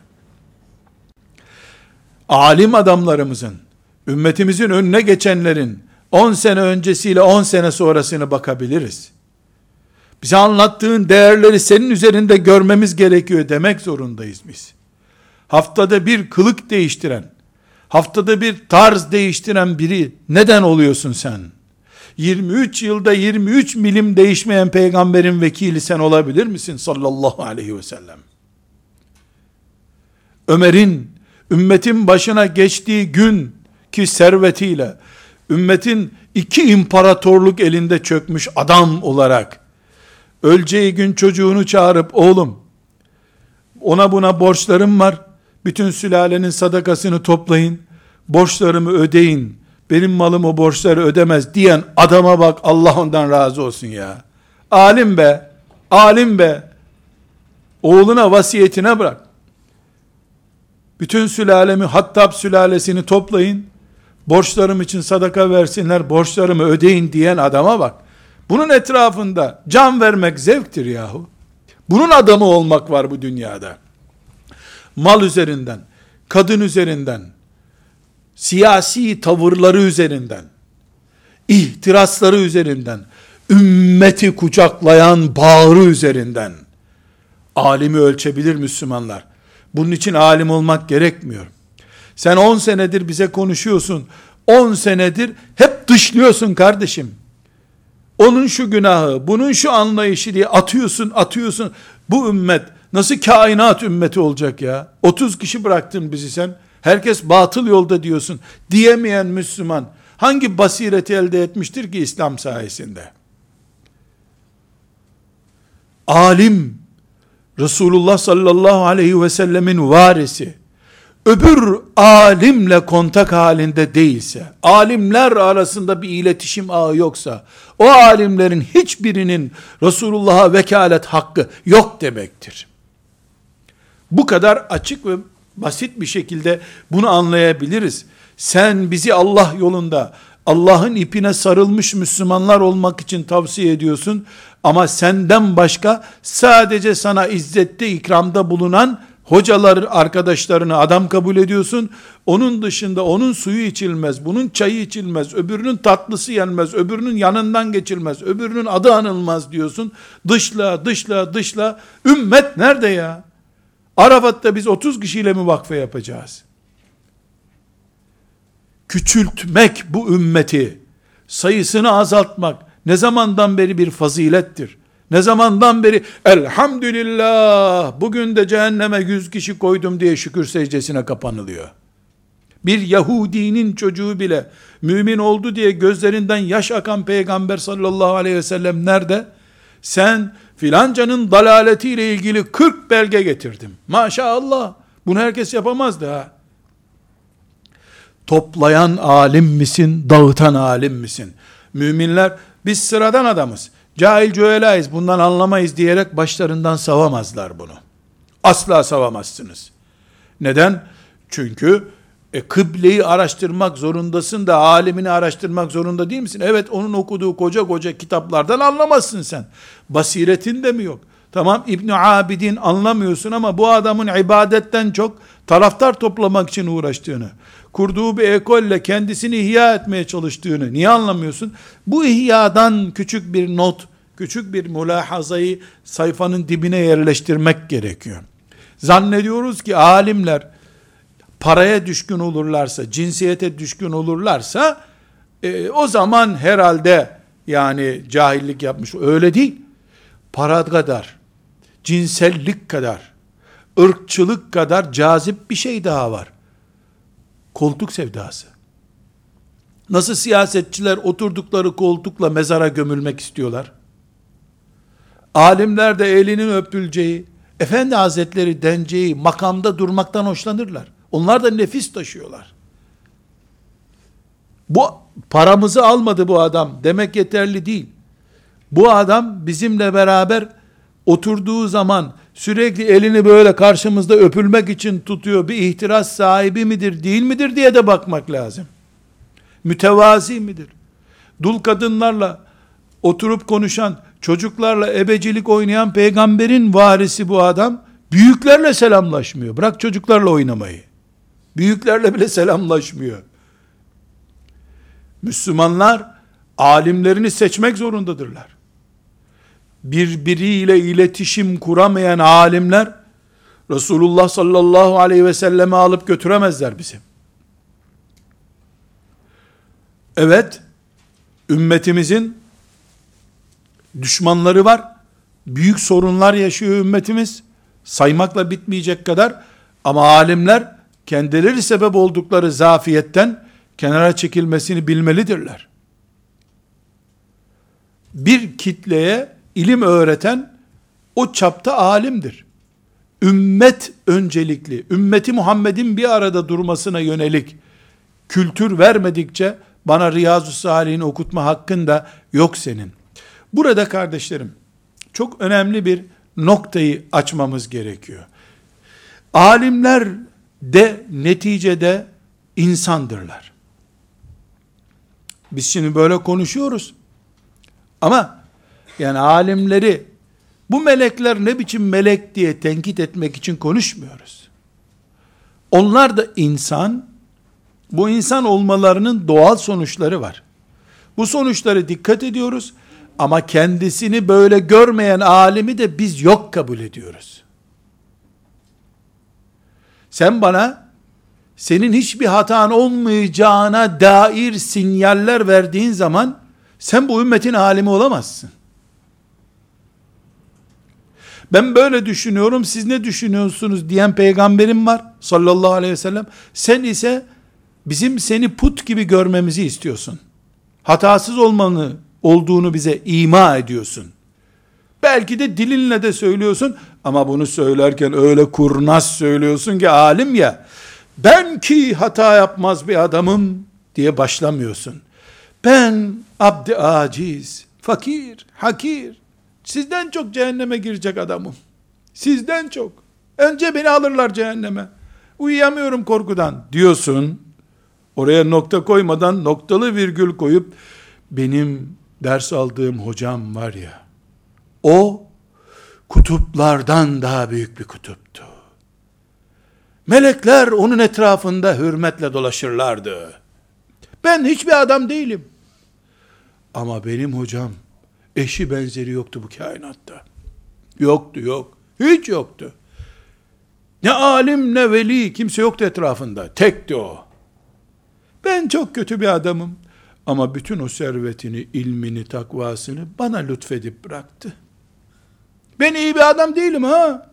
Alim adamlarımızın, ümmetimizin önüne geçenlerin on sene öncesiyle on sene sonrasını bakabiliriz. Bize anlattığın değerleri senin üzerinde görmemiz gerekiyor demek zorundayız biz. Haftada bir kılık değiştiren, haftada bir tarz değiştiren biri neden oluyorsun sen? yirmi üç yılda yirmi üç milim değişmeyen peygamberin vekili sen olabilir misin sallallahu aleyhi ve sellem? Ömer'in ümmetin başına geçtiği gün ki servetiyle ümmetin iki imparatorluk elinde çökmüş adam olarak öleceği gün çocuğunu çağırıp oğlum ona buna borçlarım var, bütün sülalenin sadakasını toplayın, borçlarımı ödeyin, benim malım o borçları ödemez diyen adama bak, Allah ondan razı olsun ya. Alim be, alim be. Oğluna vasiyetine bırak. Bütün sülalemi, Hattab sülalesini toplayın, borçlarım için sadaka versinler, borçlarımı ödeyin diyen adama bak. Bunun etrafında can vermek zevktir yahu. Bunun adamı olmak var bu dünyada. Mal üzerinden, kadın üzerinden, siyasi tavırları üzerinden, ihtirasları üzerinden, ümmeti kucaklayan bağrı üzerinden alimi ölçebilir Müslümanlar. Bunun için alim olmak gerekmiyor. Sen on senedir bize konuşuyorsun, on senedir hep dışlıyorsun kardeşim. Onun şu günahı, bunun şu anlayışı diye atıyorsun, atıyorsun. Bu ümmet nasıl kainat ümmeti olacak ya? otuz kişi bıraktın bizi sen. Herkes batıl yolda diyorsun diyemeyen Müslüman hangi basireti elde etmiştir ki İslam sayesinde? Alim, Resulullah sallallahu aleyhi ve sellemin varisi, öbür alimle kontak halinde değilse, alimler arasında bir iletişim ağı yoksa, o alimlerin hiçbirinin Resulullah'a vekalet hakkı yok demektir. Bu kadar açık ve basit bir şekilde bunu anlayabiliriz. Sen bizi Allah yolunda Allah'ın ipine sarılmış Müslümanlar olmak için tavsiye ediyorsun. Ama senden başka sadece sana izzette ikramda bulunan hocalar arkadaşlarını adam kabul ediyorsun. Onun dışında onun suyu içilmez, bunun çayı içilmez, öbürünün tatlısı yenmez, öbürünün yanından geçilmez, öbürünün adı anılmaz diyorsun. Dışla, dışla, dışla. Ümmet nerede ya? Arafat'ta biz otuz kişiyle mi vakfe yapacağız? Küçültmek bu ümmeti, sayısını azaltmak ne zamandan beri bir fazilettir? Ne zamandan beri elhamdülillah bugün de cehenneme yüz kişi koydum diye şükür secdesine kapanılıyor. Bir Yahudinin çocuğu bile mümin oldu diye gözlerinden yaş akan Peygamber sallallahu aleyhi ve sellem nerede? Sen filancanın dalaletiyle ilgili kırk belge getirdim. Maşallah. Bunu herkes yapamazdı ha. Toplayan alim misin, dağıtan alim misin? Müminler biz sıradan adamız, cahil cühelayız, bundan anlamayız diyerek başlarından savamazlar bunu. Asla savamazsınız. Neden? Çünkü e, kıbleyi araştırmak zorundasın da alimini araştırmak zorunda değil misin? Evet, onun okuduğu koca koca kitaplardan anlamazsın sen. Basiretin de mi yok? Tamam, İbn Abidin anlamıyorsun ama bu adamın ibadetten çok taraftar toplamak için uğraştığını, kurduğu bir ekolle kendisini ihya etmeye çalıştığını niye anlamıyorsun? Bu ihyadan küçük bir not, küçük bir mülahazayı sayfanın dibine yerleştirmek gerekiyor. Zannediyoruz ki alimler paraya düşkün olurlarsa, cinsiyete düşkün olurlarsa e, o zaman herhalde yani cahillik yapmış. Öyle değil. Para kadar, cinsellik kadar, ırkçılık kadar cazip bir şey daha var. Koltuk sevdası. Nasıl siyasetçiler oturdukları koltukla mezara gömülmek istiyorlar? Alimler de elinin öpüleceği, efendi hazretleri deneceği makamda durmaktan hoşlanırlar. Onlar da nefis taşıyorlar. Bu paramızı almadı bu adam demek yeterli değil. Bu adam bizimle beraber oturduğu zaman sürekli elini böyle karşımızda öpülmek için tutuyor, bir ihtiras sahibi midir değil midir diye de bakmak lazım. Mütevazi midir? Dul kadınlarla oturup konuşan, çocuklarla ebecilik oynayan peygamberin varisi bu adam, büyüklerle selamlaşmıyor. Bırak çocuklarla oynamayı. Büyüklerle bile selamlaşmıyor. Müslümanlar alimlerini seçmek zorundadırlar. Birbiriyle iletişim kuramayan alimler Resulullah sallallahu aleyhi ve selleme alıp götüremezler bizi. Evet, ümmetimizin düşmanları var. Büyük sorunlar yaşıyor ümmetimiz. Saymakla bitmeyecek kadar. Ama alimler kendileri sebep oldukları zafiyetten kenara çekilmesini bilmelidirler. Bir kitleye ilim öğreten o çapta alimdir. Ümmet öncelikli, ümmeti Muhammed'in bir arada durmasına yönelik kültür vermedikçe bana Riyazu Salih'in okutma hakkın da yok senin. Burada kardeşlerim çok önemli bir noktayı açmamız gerekiyor. Alimler de neticede insandırlar. Biz şimdi böyle konuşuyoruz. Ama yani alimleri bu melekler ne biçim melek diye tenkit etmek için konuşmuyoruz. Onlar da insan, bu insan olmalarının doğal sonuçları var. Bu sonuçları dikkat ediyoruz ama kendisini böyle görmeyen alimi de biz yok kabul ediyoruz. Sen bana senin hiçbir hatan olmayacağına dair sinyaller verdiğin zaman sen bu ümmetin alimi olamazsın. Ben böyle düşünüyorum, siz ne düşünüyorsunuz diyen peygamberim var sallallahu aleyhi ve sellem. Sen ise bizim seni put gibi görmemizi istiyorsun. Hatasız olmanı olduğunu bize ima ediyorsun. Belki de dilinle de söylüyorsun ama bunu söylerken öyle kurnaz söylüyorsun ki alim ya, ben ki hata yapmaz bir adamım diye başlamıyorsun. Ben abd-i aciz, fakir, hakir, sizden çok cehenneme girecek adamım. Sizden çok. Önce beni alırlar cehenneme. Uyuyamıyorum korkudan diyorsun. Oraya nokta koymadan noktalı virgül koyup, benim ders aldığım hocam var ya, o kutuplardan daha büyük bir kutuptu. Melekler onun etrafında hürmetle dolaşırlardı. Ben hiçbir adam değilim. Ama benim hocam, eşi benzeri yoktu bu kainatta. Yoktu, yok. Hiç yoktu. Ne alim ne veli, kimse yoktu etrafında. Tekti o. Ben çok kötü bir adamım. Ama bütün o servetini, ilmini, takvasını bana lütfedip bıraktı. Ben iyi bir adam değilim ha.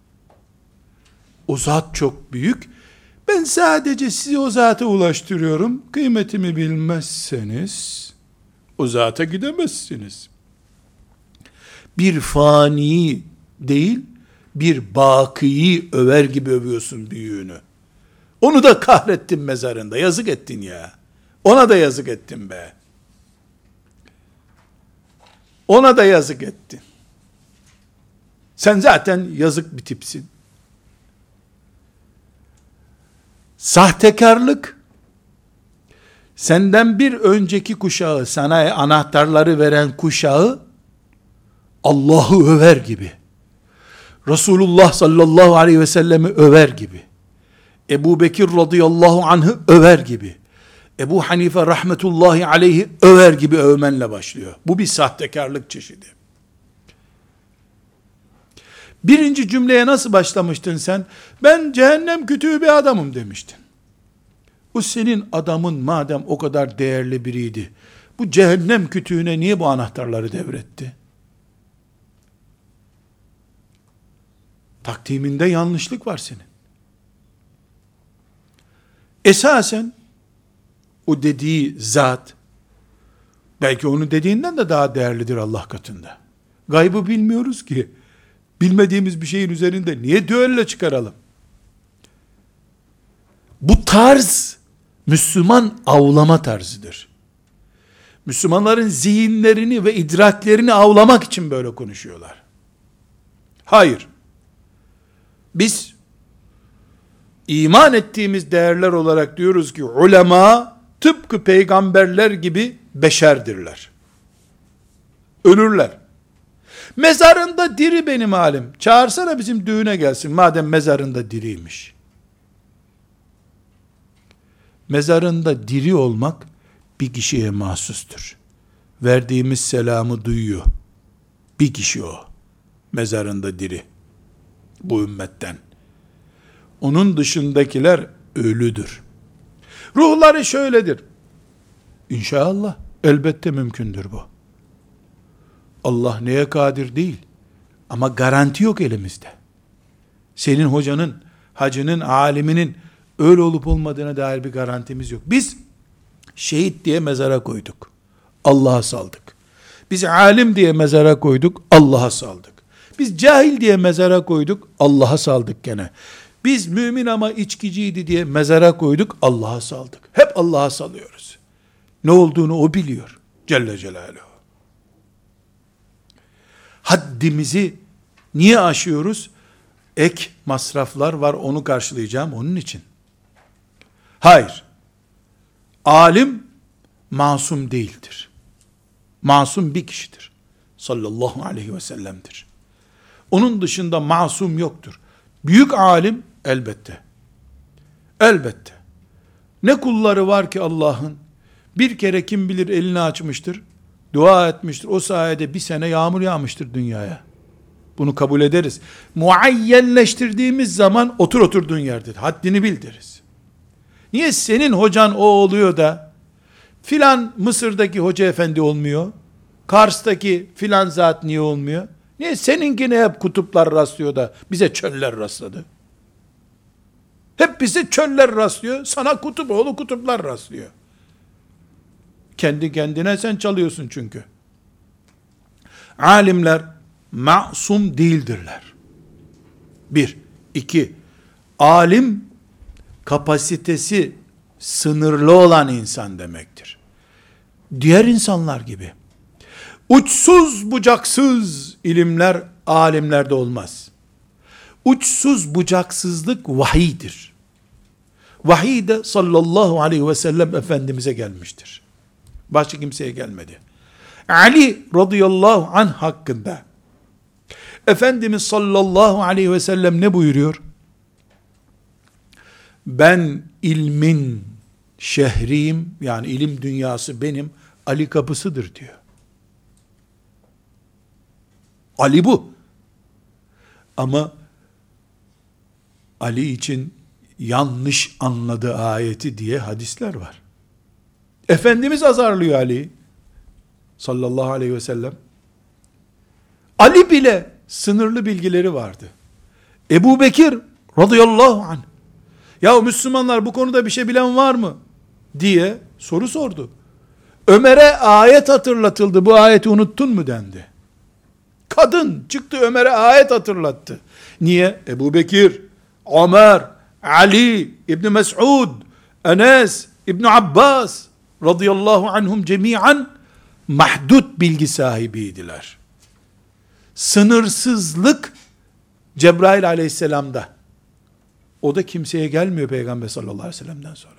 O zat çok büyük. Ben sadece sizi o zata ulaştırıyorum. Kıymetimi bilmezseniz o zata gidemezsiniz. Bir fani değil, bir bakiyi över gibi övüyorsun büyüğünü. Onu da kahrettin mezarında. Yazık ettin ya. Ona da yazık ettin be. Ona da yazık ettin. Sen zaten yazık bir tipsin. Sahtekarlık, senden bir önceki kuşağı, sana anahtarları veren kuşağı, Allah'ı över gibi, Resulullah sallallahu aleyhi ve sellemi över gibi, Ebu Bekir radıyallahu anh'ı över gibi, Ebu Hanife rahmetullahi aleyhi över gibi övmenle başlıyor. Bu bir sahtekarlık çeşidi. Birinci cümleye nasıl başlamıştın sen? Ben cehennem kütüğü bir adamım demiştin. O senin adamın madem o kadar değerli biriydi, bu cehennem kütüğüne niye bu anahtarları devretti? Takdiminde yanlışlık var senin. Esasen o dediği zat belki onun dediğinden de daha değerlidir Allah katında. Gaybı bilmiyoruz ki. Bilmediğimiz bir şeyin üzerinde niye düello çıkaralım? Bu tarz Müslüman avlama tarzıdır. Müslümanların zihinlerini ve idraklerini avlamak için böyle konuşuyorlar. Hayır. Biz iman ettiğimiz değerler olarak diyoruz ki ulema tıpkı peygamberler gibi beşerdirler. Ölürler. Mezarında diri benim alim. Çağırsana bizim düğüne gelsin madem mezarında diriymiş. Mezarında diri olmak bir kişiye mahsustur. Verdiğimiz selamı duyuyor. Bir kişi o. Mezarında diri. Bu ümmetten. Onun dışındakiler ölüdür. Ruhları şöyledir. İnşallah elbette mümkündür bu. Allah neye kadir değil. Ama garanti yok elimizde. Senin hocanın, hacının, aliminin öyle olup olmadığına dair bir garantimiz yok. Biz şehit diye mezara koyduk. Allah'a saldık. Biz alim diye mezara koyduk. Allah'a saldık. Biz cahil diye mezara koyduk. Allah'a saldık gene. Biz mümin ama içkiciydi diye mezara koyduk. Allah'a saldık. Hep Allah'a salıyoruz. Ne olduğunu o biliyor. Celle Celaluhu. Haddimizi niye aşıyoruz? Ek masraflar var, onu karşılayacağım onun için. Hayır. Alim masum değildir. Masum bir kişidir. Sallallahu aleyhi ve sellem'dir. Onun dışında masum yoktur. Büyük alim elbette. Elbette. Ne kulları var ki Allah'ın? Bir kere kim bilir elini açmıştır, dua etmiştir. O sayede bir sene yağmur yağmıştır dünyaya. Bunu kabul ederiz. Muayyenleştirdiğimiz zaman otur oturduğun yerde. Haddini bildiriz. Niye senin hocan o oluyor da filan Mısır'daki hoca efendi olmuyor? Kars'taki filan zat niye olmuyor? Niye seninkine hep kutuplar rastlıyor da bize çöller rastladı? Hep bize çöller rastlıyor. Sana kutup oğlu kutuplar rastlıyor. Kendi kendine sen çalıyorsun çünkü. Alimler masum değildirler. Bir. iki. Alim kapasitesi sınırlı olan insan demektir. Diğer insanlar gibi. Uçsuz bucaksız ilimler alimlerde olmaz. Uçsuz bucaksızlık vahiydir. Vahiy de sallallahu aleyhi ve sellem Efendimiz'e gelmiştir. Başka kimseye gelmedi. Ali radıyallahu anh hakkında Efendimiz sallallahu aleyhi ve sellem ne buyuruyor? Ben ilmin şehriyim, yani ilim dünyası benim, Ali kapısıdır diyor. Ali bu. Ama Ali için yanlış anladığı ayeti diye hadisler var. Efendimiz azarlıyor Ali'yi sallallahu aleyhi ve sellem. Ali bile sınırlı bilgileri vardı. Ebu Bekir radıyallahu anh, ya Müslümanlar bu konuda bir şey bilen var mı diye soru sordu. Ömer'e ayet hatırlatıldı, bu ayeti unuttun mu dendi. Kadın çıktı Ömer'e ayet hatırlattı. Niye? Ebu Bekir, Ömer, Ali, İbn Mes'ud, Enes, İbn Abbas radıyallahu anhum cemiyen mahdut bilgi sahibiydiler. Sınırsızlık Cebrail aleyhisselamda. O da kimseye gelmiyor Peygamber sallallahu aleyhi ve sellem'den sonra.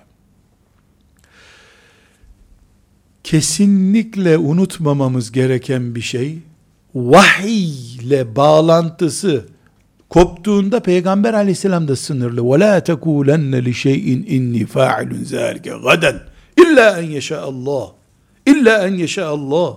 Kesinlikle unutmamamız gereken bir şey, vahiy ile bağlantısı koptuğunda Peygamber aleyhisselam da sınırlı. وَلَا تَكُولَنَّ لِشَيْءٍ اِنِّي فَاعِلٌ ذَٰلِكَ غَدًا اِلَّا اَنْ يَشَاءَ اللّٰهِ اِلَّا اَنْ يَشَاءَ اللّٰهِ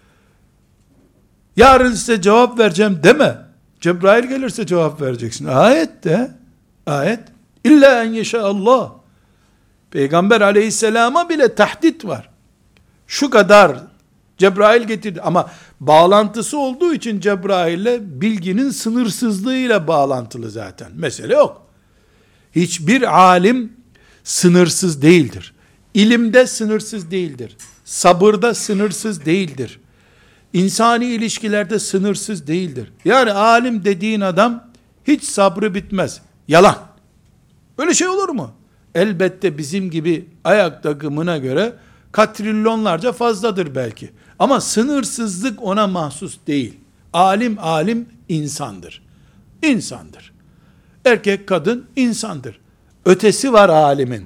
Yarın size cevap vereceğim deme. Cebrail gelirse cevap vereceksin. Ayet de, ayet. İlla en yeşâallah. Peygamber aleyhisselama bile tahdit var. Şu kadar Cebrail getirdi. Ama bağlantısı olduğu için Cebrail'le bilginin sınırsızlığıyla bağlantılı zaten. Mesele yok. Hiçbir alim sınırsız değildir. İlimde sınırsız değildir. Sabırda sınırsız değildir. İnsani ilişkilerde sınırsız değildir. Yani alim dediğin adam hiç sabrı bitmez. Yalan. Böyle şey olur mu? Elbette bizim gibi ayak takımına göre katrilyonlarca fazladır belki. Ama sınırsızlık ona mahsus değil. Alim alim insandır. İnsandır. Erkek kadın insandır. Ötesi var alimin.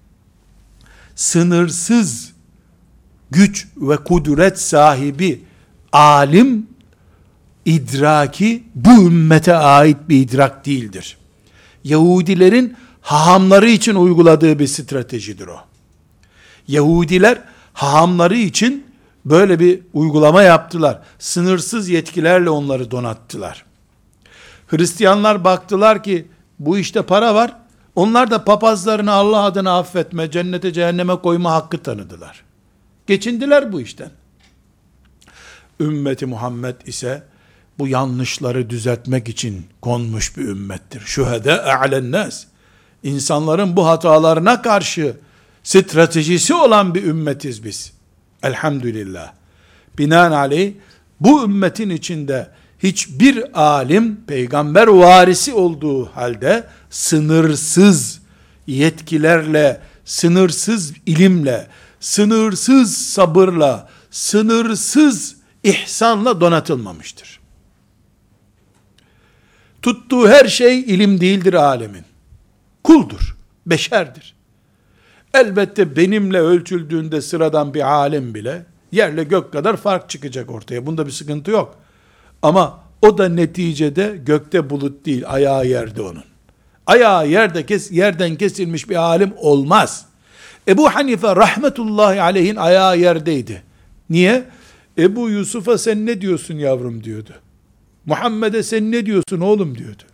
Sınırsız güç ve kudret sahibi alim idraki bu ümmete ait bir idrak değildir. Yahudilerin hahamları için uyguladığı bir stratejidir o. Yahudiler hahamları için böyle bir uygulama yaptılar. Sınırsız yetkilerle onları donattılar. Hristiyanlar baktılar ki bu işte para var. Onlar da papazlarını Allah adına affetme, cennete cehenneme koyma hakkı tanıdılar. Geçindiler bu işten. Ümmeti Muhammed ise bu yanlışları düzeltmek için konmuş bir ümmettir. Şühede a'lennâs. İnsanların bu hatalarına karşı stratejisi olan bir ümmetiz biz. Elhamdülillah. Binaenaleyh bu ümmetin içinde hiçbir alim peygamber varisi olduğu halde sınırsız yetkilerle, sınırsız ilimle, sınırsız sabırla, sınırsız ihsanla donatılmamıştır. Tuttuğu her şey ilim değildir alemin. Kuldur, beşerdir. Elbette benimle ölçüldüğünde sıradan bir alim bile yerle gök kadar fark çıkacak ortaya. Bunda bir sıkıntı yok. Ama o da neticede gökte bulut değil, ayağı yerde onun. Ayağı yerde kes, yerden kesilmiş bir alim olmaz. Ebu Hanife rahmetullahi aleyhin ayağı yerdeydi. Niye? Ebu Yusuf'a sen ne diyorsun yavrum diyordu. Muhammed'e sen ne diyorsun oğlum diyordu.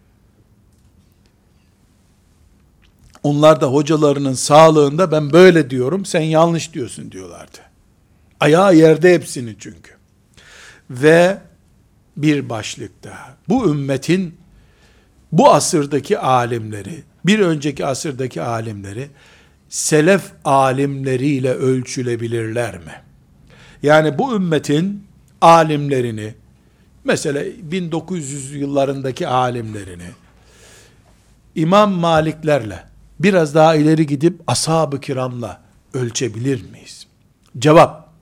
Onlar da hocalarının sağlığında ben böyle diyorum, sen yanlış diyorsun diyorlardı. Ayağı yerde hepsinin çünkü. Ve bir başlık daha. Bu ümmetin bu asırdaki alimleri, bir önceki asırdaki alimleri, selef alimleriyle ölçülebilirler mi? Yani bu ümmetin alimlerini, mesela bin dokuz yüz yıllarındaki alimlerini, İmam Maliklerle, biraz daha ileri gidip ashab-ı kiramla ölçebilir miyiz? Cevap,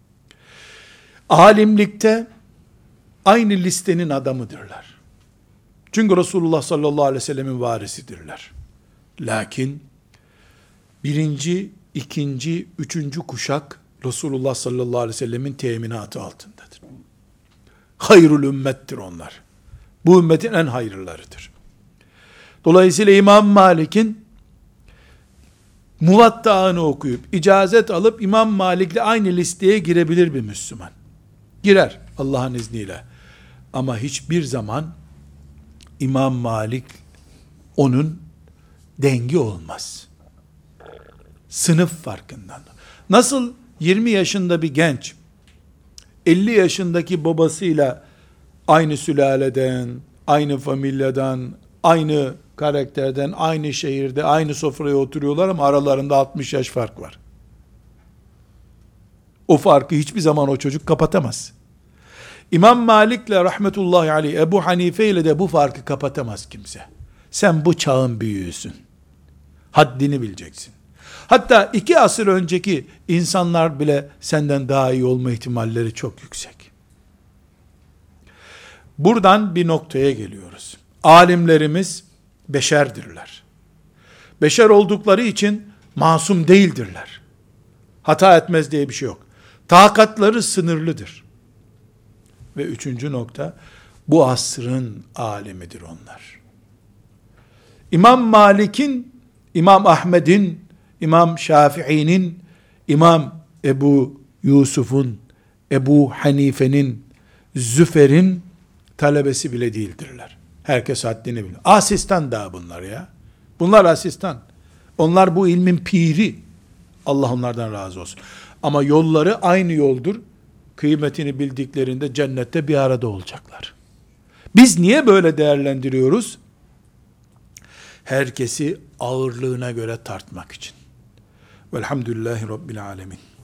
alimlikte aynı listenin adamıdırlar. Çünkü Resulullah sallallahu aleyhi ve sellemin varisidirler. Lakin birinci, ikinci, üçüncü kuşak Resulullah sallallahu aleyhi ve sellemin teminatı altındadır. Hayrul ümmettir onlar. Bu ümmetin en hayırlılarıdır. Dolayısıyla İmam Malik'in Muvatta'ını okuyup, icazet alıp İmam Malik'le aynı listeye girebilir bir Müslüman. Girer Allah'ın izniyle. Ama hiçbir zaman İmam Malik onun dengi olmaz. Sınıf farkından. Nasıl yirmi yaşında bir genç elli yaşındaki babasıyla aynı sülaleden, aynı familyadan, aynı karakterden, aynı şehirde, aynı sofraya oturuyorlar ama aralarında altmış yaş fark var. O farkı hiçbir zaman o çocuk kapatamaz. İmam Malik'le rahmetullahi aleyh, Ebu Hanife ile de bu farkı kapatamaz kimse. Sen bu çağın büyüğüsün. Haddini bileceksin. Hatta iki asır önceki insanlar bile senden daha iyi olma ihtimalleri çok yüksek. Buradan bir noktaya geliyoruz. Alimlerimiz beşerdirler. Beşer oldukları için masum değildirler. Hata etmez diye bir şey yok. Takatları sınırlıdır. Ve üçüncü nokta, bu asrın alimidir onlar. İmam Malik'in, İmam Ahmed'in, İmam Şafii'nin, İmam Ebu Yusuf'un, Ebu Hanife'nin, Züfer'in talebesi bile değildirler. Herkes haddini bilir. Asistan daha bunlar ya. Bunlar asistan. Onlar bu ilmin piri. Allah onlardan razı olsun. Ama yolları aynı yoldur. Kıymetini bildiklerinde cennette bir arada olacaklar. Biz niye böyle değerlendiriyoruz? Herkesi ağırlığına göre tartmak için. Velhamdülillahi Rabbil alemin.